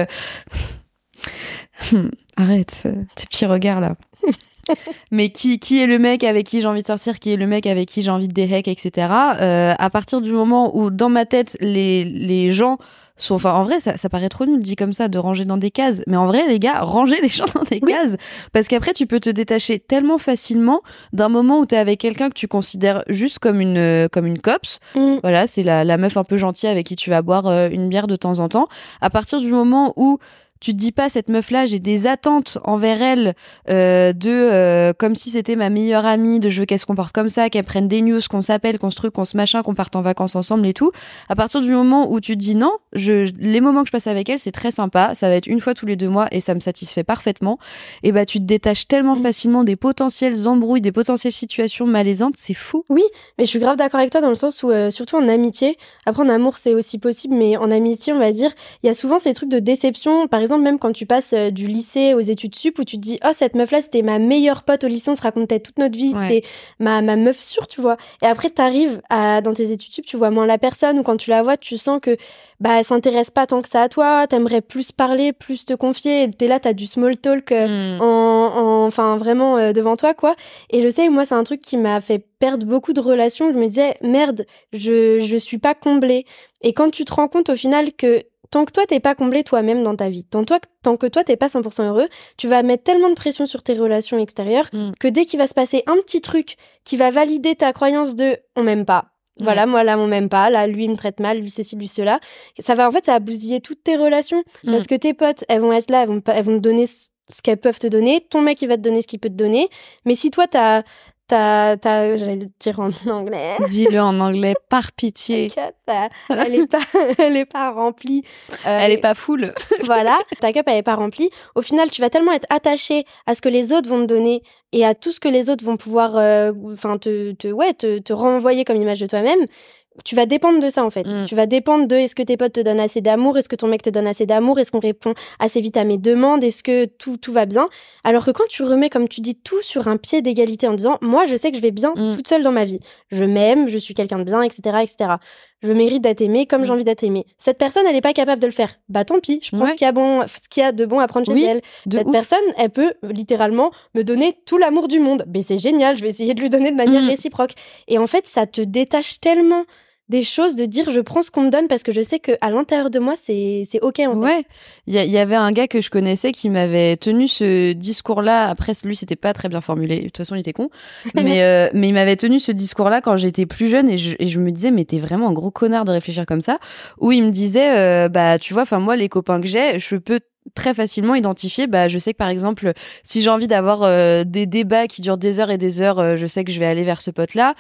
Arrête, tes petits regards là. Mais qui est le mec avec qui j'ai envie de sortir, qui est le mec avec qui j'ai envie de dérec, etc. À partir du moment où, dans ma tête, les gens sont... Enfin, en vrai, ça paraît trop nul dit comme ça, de ranger dans des cases. Mais en vrai, les gars, rangez les gens dans des cases. Parce qu'après, tu peux te détacher tellement facilement d'un moment où t'es avec quelqu'un que tu considères juste comme une copse. Voilà, c'est la meuf un peu gentille avec qui tu vas boire une bière de temps en temps. À partir du moment où tu te dis pas, cette meuf-là, j'ai des attentes envers elle, comme si c'était ma meilleure amie, de je veux qu'elle se comporte comme ça, qu'elle prenne des news, qu'on s'appelle, qu'on se truc, qu'on se machin, qu'on parte en vacances ensemble et tout. À partir du moment où tu te dis non, les moments que je passe avec elle, c'est très sympa, ça va être une fois tous les 2 mois et ça me satisfait parfaitement. Et bah, tu te détaches tellement facilement des potentielles embrouilles, des potentielles situations malaisantes, c'est fou. Oui, mais je suis grave d'accord avec toi dans le sens où, surtout en amitié, après en amour c'est aussi possible, mais en amitié, on va dire, il y a souvent ces trucs de déception. Par exemple, même quand tu passes du lycée aux études sup, où tu te dis, oh, cette meuf-là, c'était ma meilleure pote au lycée, on se racontait toute notre vie, c'était ma meuf sûre, tu vois. Et après, t'arrives dans tes études sup, tu vois moins la personne, ou quand tu la vois, tu sens que, elle s'intéresse pas tant que ça à toi, t'aimerais plus parler, plus te confier, et t'es là, t'as du small talk, enfin, vraiment devant toi, quoi. Et je sais, moi, c'est un truc qui m'a fait perdre beaucoup de relations. Je me disais, merde, je suis pas comblée. Et quand tu te rends compte, au final, que tant que toi, t'es pas comblé toi-même dans ta vie, tant que toi, t'es pas 100% heureux, tu vas mettre tellement de pression sur tes relations extérieures que dès qu'il va se passer un petit truc qui va valider ta croyance de « on m'aime pas », voilà, moi là, on m'aime pas, là, lui, il me traite mal, lui, ceci, lui, cela, ça va bousiller toutes tes relations parce que tes potes, elles vont être là, elles vont te donner ce qu'elles peuvent te donner, ton mec, il va te donner ce qu'il peut te donner, mais si toi, j'allais le dire en anglais. Dis-le en anglais, par pitié. Elle est pas remplie. Elle est pas full. Voilà, ta cup, elle est pas remplie. Au final, tu vas tellement être attaché à ce que les autres vont te donner et à tout ce que les autres vont pouvoir, te renvoyer comme image de toi-même. Tu vas dépendre de ça, en fait. Tu vas dépendre de est-ce que tes potes te donnent assez d'amour, est-ce que ton mec te donne assez d'amour, est-ce qu'on répond assez vite à mes demandes, est-ce que tout va bien. Alors que quand tu remets, comme tu dis, tout sur un pied d'égalité en disant, moi, je sais que je vais bien toute seule dans ma vie. Je m'aime, je suis quelqu'un de bien, etc., etc. je mérite d'être aimée comme j'ai envie d'être aimée. Cette personne, elle est pas capable de le faire. Bah tant pis, je prends ce qu'il y a de bon à prendre chez elle. Cette personne, elle peut littéralement me donner tout l'amour du monde. Mais c'est génial, je vais essayer de lui donner de manière réciproque. Et en fait, ça te détache tellement des choses, de dire je prends ce qu'on me donne parce que je sais qu'à l'intérieur de moi, c'est OK en fait. Ouais, il y avait un gars que je connaissais qui m'avait tenu ce discours-là. Après, lui, c'était pas très bien formulé. De toute façon, il était con. Mais il m'avait tenu ce discours-là quand j'étais plus jeune et je me disais, mais t'es vraiment un gros connard de réfléchir comme ça. Où il me disait, bah, tu vois, enfin, moi, les copains que j'ai, je peux très facilement identifier, bah je sais que par exemple si j'ai envie d'avoir des débats qui durent des heures et des heures, je sais que je vais aller vers ce pote-là.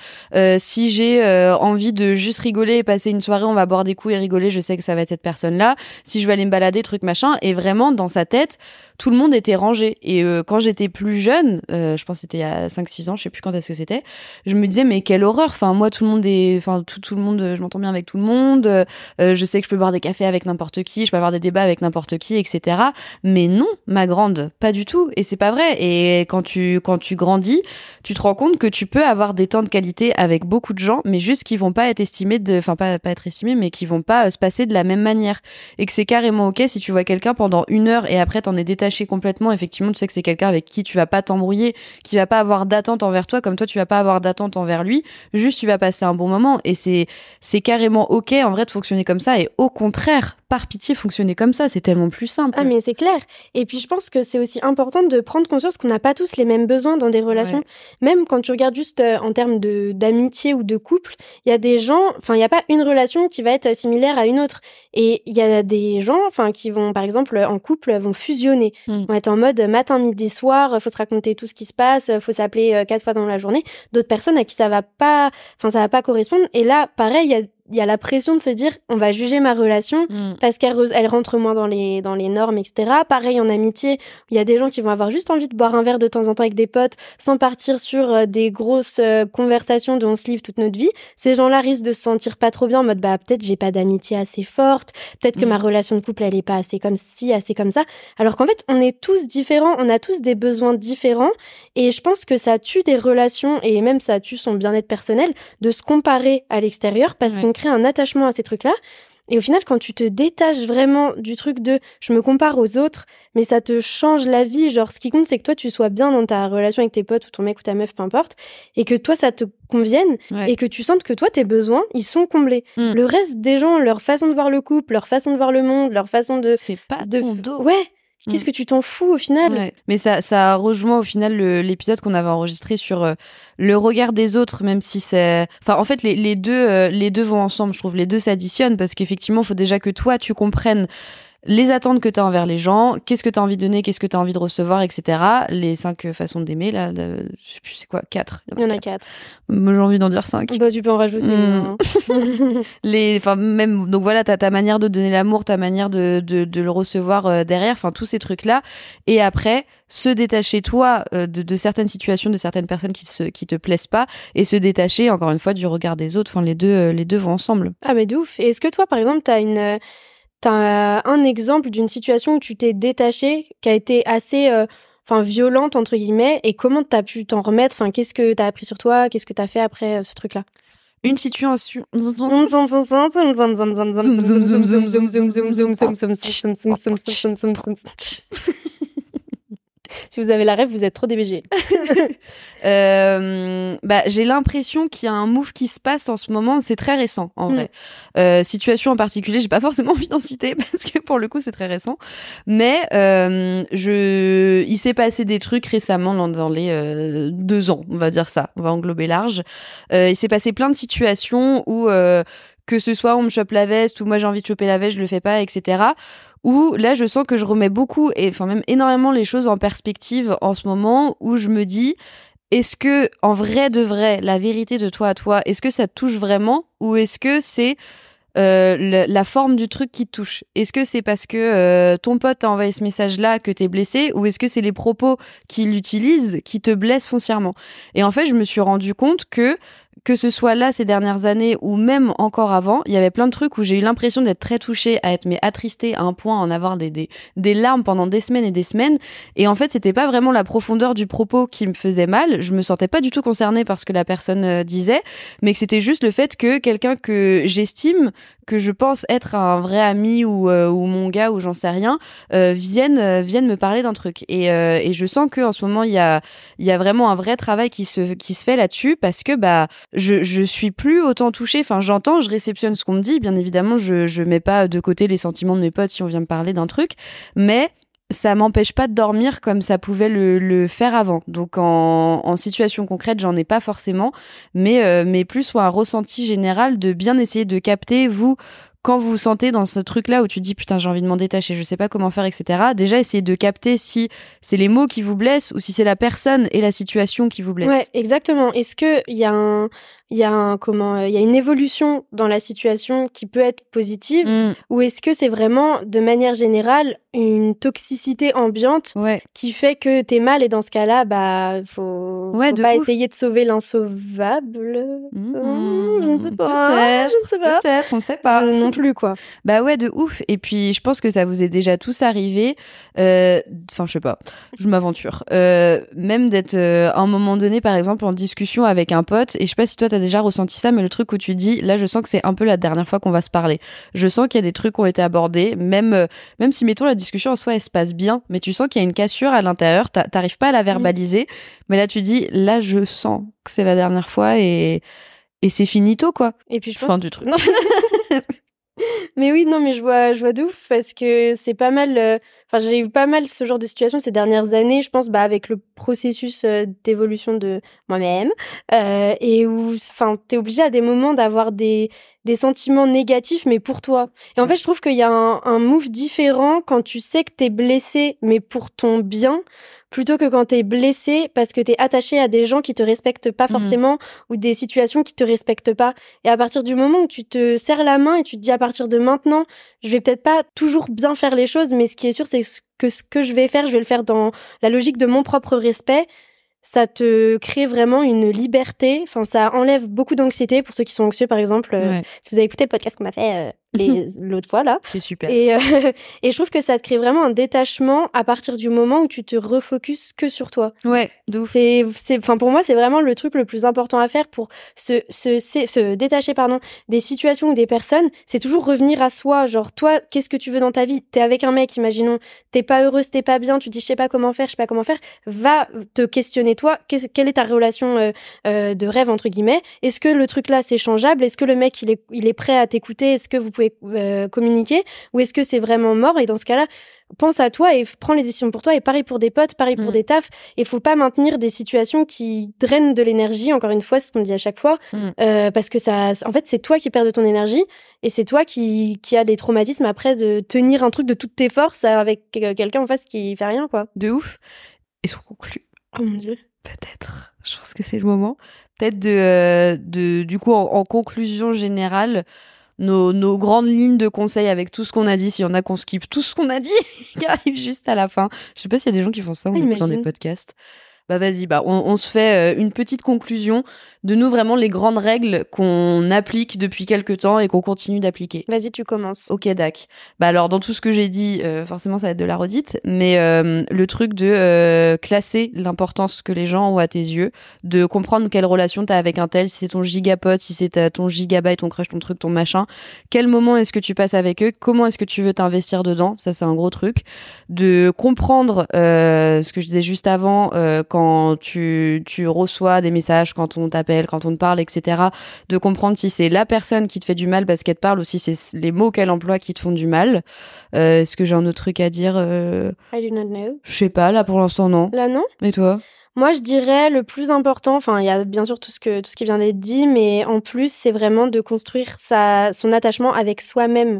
Si j'ai envie de juste rigoler et passer une soirée, on va boire des coups et rigoler, je sais que ça va être cette personne-là. Si je vais aller me balader, truc machin, et vraiment dans sa tête, tout le monde était rangé. Et quand j'étais plus jeune, je pense que c'était il y a 5-6 ans, je sais plus quand est-ce que c'était, je me disais mais quelle horreur, enfin moi tout le monde est, enfin tout le monde, je m'entends bien avec tout le monde, je sais que je peux boire des cafés avec n'importe qui, je peux avoir des débats avec n'importe qui, etc. Mais non, ma grande, pas du tout. Et c'est pas vrai. Et quand tu grandis, tu te rends compte que tu peux avoir des temps de qualité avec beaucoup de gens, mais juste qui vont pas être estimés enfin pas être estimés, mais qui vont pas se passer de la même manière. Et que c'est carrément ok si tu vois quelqu'un pendant 1 heure et après t'en es détaché complètement. Effectivement, tu sais que c'est quelqu'un avec qui tu vas pas t'embrouiller, qui va pas avoir d'attente envers toi, comme toi tu vas pas avoir d'attente envers lui. Juste tu vas passer un bon moment. Et c'est carrément ok en vrai de fonctionner comme ça. Et au contraire, par pitié, fonctionner comme ça, c'est tellement plus simple. Ah mais c'est clair. Et puis je pense que c'est aussi important de prendre conscience qu'on n'a pas tous les mêmes besoins dans des relations. Ouais. Même quand tu regardes juste en termes d'amitié ou de couple, il y a des gens, enfin il y a pas une relation qui va être similaire à une autre. Et il y a des gens, enfin qui vont par exemple en couple vont fusionner, vont être en mode matin, midi, soir, faut se raconter tout ce qui se passe, faut s'appeler 4 fois dans la journée. D'autres personnes à qui ça va pas correspondre. Et là, pareil, il y a la pression de se dire on va juger ma relation parce qu'elle rentre moins dans les normes, etc. Pareil en amitié, il y a des gens qui vont avoir juste envie de boire un verre de temps en temps avec des potes sans partir sur des grosses conversations de on se livre toute notre vie. Ces gens-là risquent de se sentir pas trop bien en mode bah peut-être j'ai pas d'amitié assez forte, peut-être que ma relation de couple elle est pas assez comme ci, assez comme ça. Alors qu'en fait on est tous différents, on a tous des besoins différents et je pense que ça tue des relations et même ça tue son bien-être personnel de se comparer à l'extérieur parce qu'on crée un attachement à ces trucs-là. Et au final, quand tu te détaches vraiment du truc de « je me compare aux autres », mais ça te change la vie. Genre, ce qui compte, c'est que toi, tu sois bien dans ta relation avec tes potes ou ton mec ou ta meuf, peu importe, et que toi, ça te convienne et que tu sentes que toi, tes besoins, ils sont comblés. Le reste des gens, leur façon de voir le couple, leur façon de voir le monde, leur façon de... C'est pas ton dos. Ouais. Qu'est-ce que tu t'en fous au final ? Mais ça rejoint au final l'épisode qu'on avait enregistré sur le regard des autres, même si c'est... Enfin, en fait, les deux vont ensemble, je trouve. Les deux s'additionnent parce qu'effectivement, il faut déjà que toi, tu comprennes les attentes que tu as envers les gens, qu'est-ce que tu as envie de donner, qu'est-ce que tu as envie de recevoir, etc. Les 5 façons d'aimer, là, je sais plus c'est quoi, 4. Il y en a 4. Moi, j'ai envie d'en dire 5. Bah, tu peux en rajouter. Même, donc voilà, t'as ta manière de donner l'amour, ta manière de le recevoir derrière, enfin, tous ces trucs-là. Et après, se détacher, toi, de certaines situations, de certaines personnes qui te plaisent pas, et se détacher, encore une fois, du regard des autres. Enfin, les deux vont ensemble. Ah, mais de ouf. Et est-ce que toi, par exemple, t'as un exemple d'une situation où tu t'es détaché, qui a été assez violente, entre guillemets, et comment t'as pu t'en remettre ? Enfin, qu'est-ce que t'as appris sur toi ? Qu'est-ce que t'as fait après ce truc-là ? Une situation... Si vous avez la rêve, vous êtes trop DBG. J'ai l'impression qu'il y a un move qui se passe en ce moment. C'est très récent, en vrai. Situation en particulier, j'ai pas forcément envie d'en citer parce que pour le coup, c'est très récent. Mais il s'est passé des trucs récemment dans les 2 ans, on va dire ça. On va englober large. Il s'est passé plein de situations où que ce soit on me chope la veste ou moi j'ai envie de choper la veste, je le fais pas, etc. Où là je sens que je remets beaucoup et enfin même énormément les choses en perspective en ce moment, où je me dis est-ce que en vrai de vrai la vérité de toi à toi, est-ce que ça te touche vraiment, ou est-ce que c'est la forme du truc qui te touche? Est-ce que c'est parce que ton pote t'a envoyé ce message-là que t'es blessé, ou est-ce que c'est les propos qu'il utilise qui te blessent foncièrement? Et en fait je me suis rendu compte que que ce soit là ces dernières années ou même encore avant, il y avait plein de trucs où j'ai eu l'impression d'être très touchée, à être attristée à un point, à en avoir des larmes pendant des semaines et des semaines. Et en fait, c'était pas vraiment la profondeur du propos qui me faisait mal. Je me sentais pas du tout concernée par ce que la personne disait, mais que c'était juste le fait que quelqu'un que j'estime, que je pense être un vrai ami ou mon gars ou j'en sais rien, vienne me parler d'un truc. Et je sens que en ce moment il y a vraiment un vrai travail qui se fait là-dessus, parce que je suis plus autant touchée. Enfin, j'entends, je réceptionne ce qu'on me dit. Bien évidemment, je mets pas de côté les sentiments de mes potes si on vient me parler d'un truc, mais ça m'empêche pas de dormir comme ça pouvait le faire avant. Donc en situation concrète, j'en ai pas forcément, mais plus un ressenti général de bien essayer de capter, vous, quand vous vous sentez dans ce truc-là où tu te dis putain, j'ai envie de m'en détacher, je sais pas comment faire, etc. Déjà, essayez de capter si c'est les mots qui vous blessent ou si c'est la personne et la situation qui vous blessent. Ouais, exactement. Est-ce que il y a une évolution dans la situation qui peut être positive, ou est-ce que c'est vraiment de manière générale une toxicité ambiante qui fait que t'es mal, et dans ce cas-là, faut pas essayer de sauver l'insauvable. Je ne sais pas. Peut-être, on sait pas. Non plus, quoi. Bah ouais, de ouf. Et puis, je pense que ça vous est déjà tous arrivé. Enfin, je sais pas. Je m'aventure. Même d'être, à un moment donné, par exemple, en discussion avec un pote, et je sais pas si toi, t'as déjà ressenti ça, mais le truc où tu dis, là, je sens que c'est un peu la dernière fois qu'on va se parler. Je sens qu'il y a des trucs qui ont été abordés, même si, mettons, la discussion en soi, elle se passe bien, mais tu sens qu'il y a une cassure à l'intérieur, t'arrives pas à la verbaliser, mais là, tu dis, là, je sens que c'est la dernière fois, et c'est finito, quoi. Et puis, je pense... Fin du truc. Mais oui, non, mais je vois de ouf, parce que c'est pas mal... Enfin, j'ai eu pas mal ce genre de situation ces dernières années, je pense, avec le processus d'évolution de moi-même, et où, enfin, t'es obligé à des moments d'avoir des sentiments négatifs, mais pour toi. Et en fait, je trouve qu'il y a un move différent quand tu sais que t'es blessé, mais pour ton bien, plutôt que quand t'es blessé parce que t'es attaché à des gens qui te respectent pas forcément, ou des situations qui te respectent pas. Et à partir du moment où tu te serres la main et tu te dis, à partir de maintenant, je vais peut-être pas toujours bien faire les choses, mais ce qui est sûr, c'est que ce que je vais le faire dans la logique de mon propre respect. Ça te crée vraiment une liberté. Enfin, ça enlève beaucoup d'anxiété pour ceux qui sont anxieux, par exemple. Si vous avez écouté le podcast qu'on a fait l'autre fois, là. C'est super. Et je trouve que ça te crée vraiment un détachement à partir du moment où tu te refocuses que sur toi. Ouais, de ouf. Enfin, pour moi, c'est vraiment le truc le plus important à faire pour se détacher, des situations ou des personnes. C'est toujours revenir à soi. Genre, toi, qu'est-ce que tu veux dans ta vie? T'es avec un mec, imaginons. T'es pas heureuse, t'es pas bien, tu dis, je sais pas comment faire. Va te questionner, toi. Quelle est ta relation de rêve, entre guillemets? Est-ce que le truc là, c'est changeable? Est-ce que le mec, il est prêt à t'écouter? Est-ce que vous pouvez communiquer? Ou est-ce que c'est vraiment mort? Et dans ce cas-là, pense à toi et prends les décisions pour toi. Et pareil pour des potes, pareil pour des tafs. Et faut pas maintenir des situations qui drainent de l'énergie. Encore une fois, c'est ce qu'on dit à chaque fois. Parce que ça, en fait, c'est toi qui perds de ton énergie. Et c'est toi qui a des traumatismes après de tenir un truc de toutes tes forces avec quelqu'un en face qui fait rien, quoi. De ouf. Et on conclut. Oh mon Dieu. Peut-être. Je pense que c'est le moment. Peut-être du coup, en conclusion générale, nos grandes lignes de conseils avec tout ce qu'on a dit, s'il y en a qu'on skip tout ce qu'on a dit, qui arrive juste à la fin. Je sais pas s'il y a des gens qui font ça en écoutant des podcasts. Vas-y, on se fait une petite conclusion de nous, vraiment les grandes règles qu'on applique depuis quelques temps et qu'on continue d'appliquer. Vas-y, tu commences. Ok, Dac. Alors, dans tout ce que j'ai dit, forcément, ça va être de la redite, mais le truc de classer l'importance que les gens ont à tes yeux, de comprendre quelle relation t'as avec un tel, si c'est ton gigapote, si c'est ton gigabyte, ton crush, ton truc, ton machin, quel moment est-ce que tu passes avec eux, comment est-ce que tu veux t'investir dedans, ça c'est un gros truc, de comprendre ce que je disais juste avant, quand tu reçois des messages, quand on t'appelle, quand on te parle, etc., de comprendre si c'est la personne qui te fait du mal parce qu'elle te parle ou si c'est les mots qu'elle emploie qui te font du mal. Est-ce que j'ai un autre truc à dire I do not know. Je sais pas, là pour l'instant non. Là non. Et toi? Moi, je dirais le plus important, enfin, il y a bien sûr tout ce qui vient d'être dit, mais en plus, c'est vraiment de construire son attachement avec soi-même.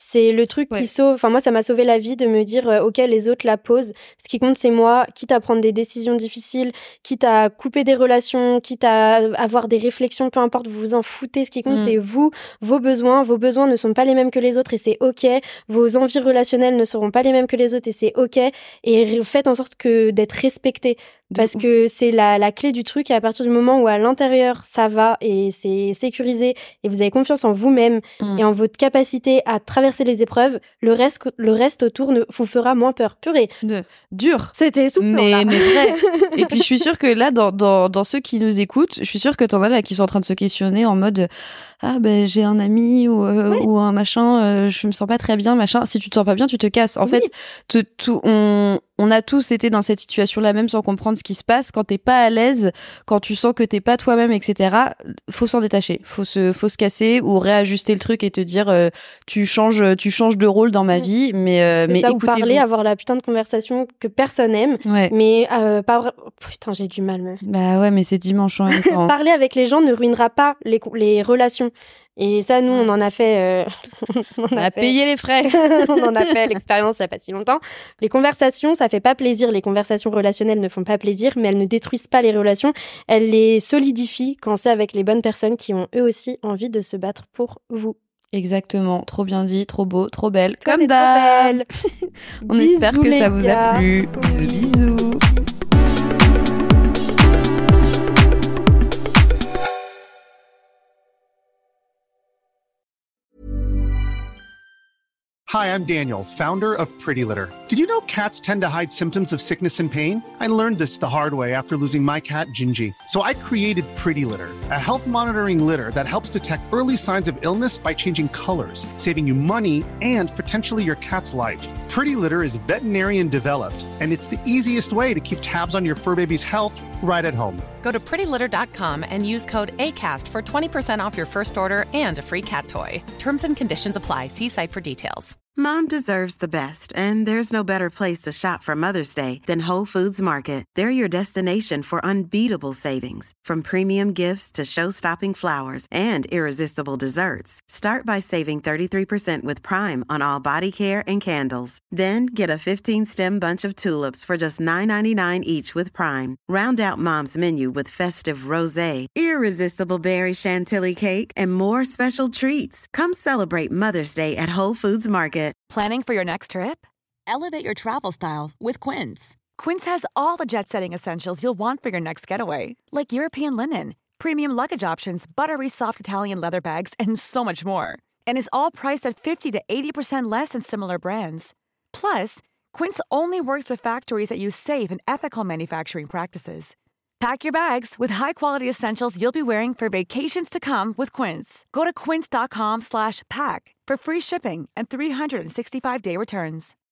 c'est le truc qui sauve. Enfin, moi, ça m'a sauvé la vie de me dire, OK, les autres la posent. Ce qui compte, c'est moi, quitte à prendre des décisions difficiles, quitte à couper des relations, quitte à avoir des réflexions, peu importe, vous vous en foutez. Ce qui compte, c'est vous, vos besoins. Vos besoins ne sont pas les mêmes que les autres et c'est OK. Vos envies relationnelles ne seront pas les mêmes que les autres et c'est OK. Et faites en sorte d'être respecté. Parce que c'est la clé du truc, et à partir du moment où à l'intérieur ça va et c'est sécurisé et vous avez confiance en vous-même et en votre capacité à traverser les épreuves, le reste autour vous fera moins peur. Purée. Dur. C'était souple. Mais vrai. Et puis je suis sûre que là, dans ceux qui nous écoutent, je suis sûre que t'en as là qui sont en train de se questionner en mode j'ai un ami ou un machin, je me sens pas très bien, machin. Si tu te sens pas bien, tu te casses. En fait, on a tous été dans cette situation-là, même sans comprendre ce qui se passe. Quand t'es pas à l'aise, quand tu sens que t'es pas toi-même, etc., faut s'en détacher. Faut se casser ou réajuster le truc et te dire, tu changes de rôle dans ma vie, mais ça, ou parler, avoir la putain de conversation que personne aime. Ouais. Mais putain, j'ai du mal, meuf. Bah ouais, mais c'est dimanche en même temps. Parler avec les gens ne ruinera pas les relations. Et ça, nous, on en a fait... on a payé les frais. On en a fait l'expérience il n'y a pas si longtemps. Les conversations, ça fait pas plaisir. Les conversations relationnelles ne font pas plaisir, mais elles ne détruisent pas les relations. Elles les solidifient quand c'est avec les bonnes personnes qui ont eux aussi envie de se battre pour vous. Exactement. Trop bien dit, trop beau, trop belle. Comme d'hab. On espère que ça vous a plu. Bisous, bisous. Hi, I'm Daniel, founder of Pretty Litter. Did you know cats tend to hide symptoms of sickness and pain? I learned this the hard way after losing my cat, Gingy. So I created Pretty Litter, a health monitoring litter that helps detect early signs of illness by changing colors, saving you money and potentially your cat's life. Pretty Litter is veterinarian developed, and it's the easiest way to keep tabs on your fur baby's health right at home. Go to prettylitter.com and use code ACAST for 20% off your first order and a free cat toy. Terms and conditions apply. See site for details. Mom deserves the best, and there's no better place to shop for Mother's Day than Whole Foods Market. They're your destination for unbeatable savings, from premium gifts to show-stopping flowers and irresistible desserts. Start by saving 33% with Prime on all body care and candles. Then get a 15-stem bunch of tulips for just $9.99 each with Prime. Round out Mom's menu with festive rosé, irresistible berry chantilly cake, and more special treats. Come celebrate Mother's Day at Whole Foods Market. Planning for your next trip? Elevate your travel style with Quince. Quince has all the jet-setting essentials you'll want for your next getaway, like European linen, premium luggage options, buttery soft Italian leather bags, and so much more. And is all priced at 50 to 80% less than similar brands. Plus, Quince only works with factories that use safe and ethical manufacturing practices. Pack your bags with high-quality essentials you'll be wearing for vacations to come with Quince. Go to quince.com/pack for free shipping and 365-day returns.